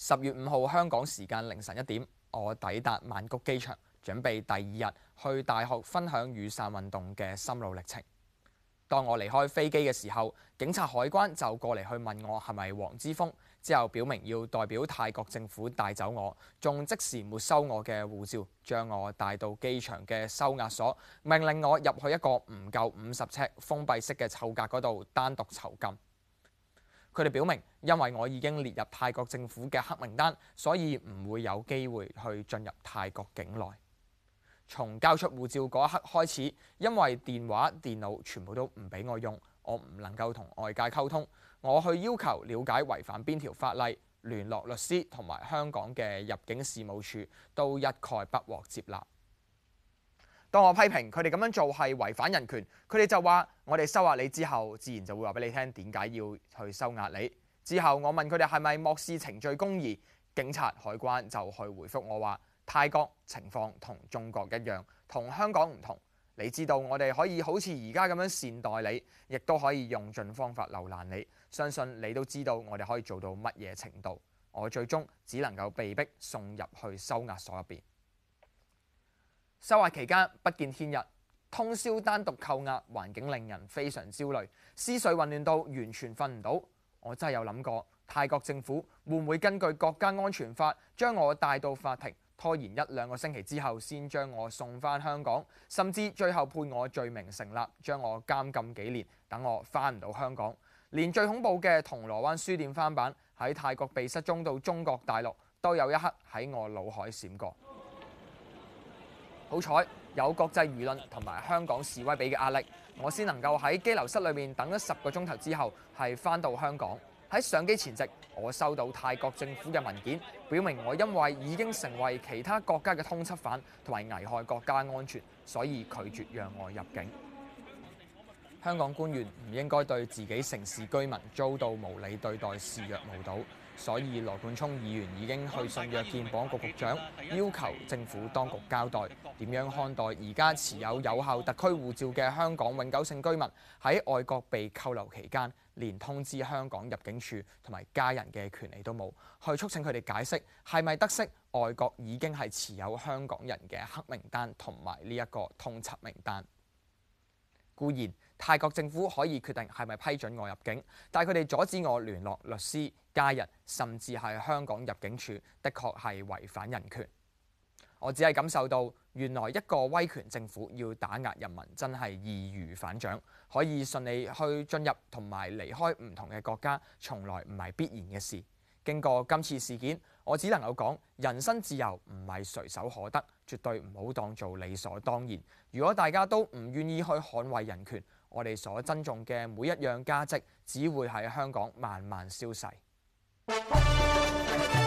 10月5號香港時間凌晨1點，我抵達曼谷機場，準備第2日去大學分享雨傘運動嘅心路歷程。當我離開飛機嘅時候，警察海關就過嚟去問我係咪黃之鋒，之後表明要代表泰國政府帶走我，仲即時沒收我嘅護照，將我帶到機場嘅收押所，命令我入去一個唔夠50尺封閉式嘅臭格嗰度單獨囚禁。佢哋表明，因為我已經列入泰國政府嘅黑名單，所以唔會有機會去進入泰國境內。從交出護照嗰一刻開始，因為電話、電腦全部都唔俾我用，我唔能夠同外界溝通。我去要求了解違反邊條法例，聯絡律師同埋香港嘅入境事務處，都一概不獲接納。當我批評佢哋咁樣做係違反人權，佢哋就話：我哋收押你之後，自然就會話俾你聽點解要去收押你。之後我問佢哋係咪漠視程序公義，警察海關就去回覆我話：泰國情況同中國一樣，同香港唔同。你知道我哋可以好似而家咁樣善待你，亦都可以用盡方法留難你。相信你都知道我哋可以做到乜嘢程度。我最終只能夠被逼送入去收押所入邊。收押期間不見天日，通宵單獨扣押，環境令人非常焦慮，思緒混亂到完全瞓唔到。我真係有諗過，泰國政府會唔會根據國家安全法將我帶到法庭，拖延1-2個星期之後先將我送返香港，甚至最後判我罪名成立，將我監禁幾年，等我返唔到香港。連最恐怖嘅銅鑼灣書店翻版喺泰國被失蹤到中國大陸，都有一刻喺我腦海閃過。好彩有國際輿論同埋香港示威俾嘅壓力，我先能夠喺羈留室裏面等咗10個鐘頭之後，係返到香港。喺上機前夕，我收到泰國政府嘅文件，表明我因為已經成為其他國家嘅通緝犯同埋危害國家安全，所以拒絕讓我入境。香港官員唔應該對自己城市居民遭到無理對待視若無睹，所以羅冠聰議員已經去信約見保安局局長，要求政府當局交代點樣看待而家持有有效特區護照嘅香港永久性居民喺外國被扣留期間，連通知香港入境處同埋家人嘅權利都冇，去促請佢哋解釋係咪得悉外國已經係持有香港人嘅黑名單同埋呢一個通緝名單。固然泰國政府可以決定係咪批准我入境，但係佢哋阻止我聯絡律師、家人，甚至係香港入境處，的確係違反人權。我只係感受到，原來一個威權政府要打壓人民，真係易如反掌。可以順利去進入同埋離開唔同嘅國家，從來唔係必然嘅事。經過今次事件，我只能夠講，人身自由唔係隨手可得，絕對唔好當做理所當然。如果大家都唔願意去捍衛人權，我哋所珍重嘅每一樣價值，只會喺香港慢慢消逝。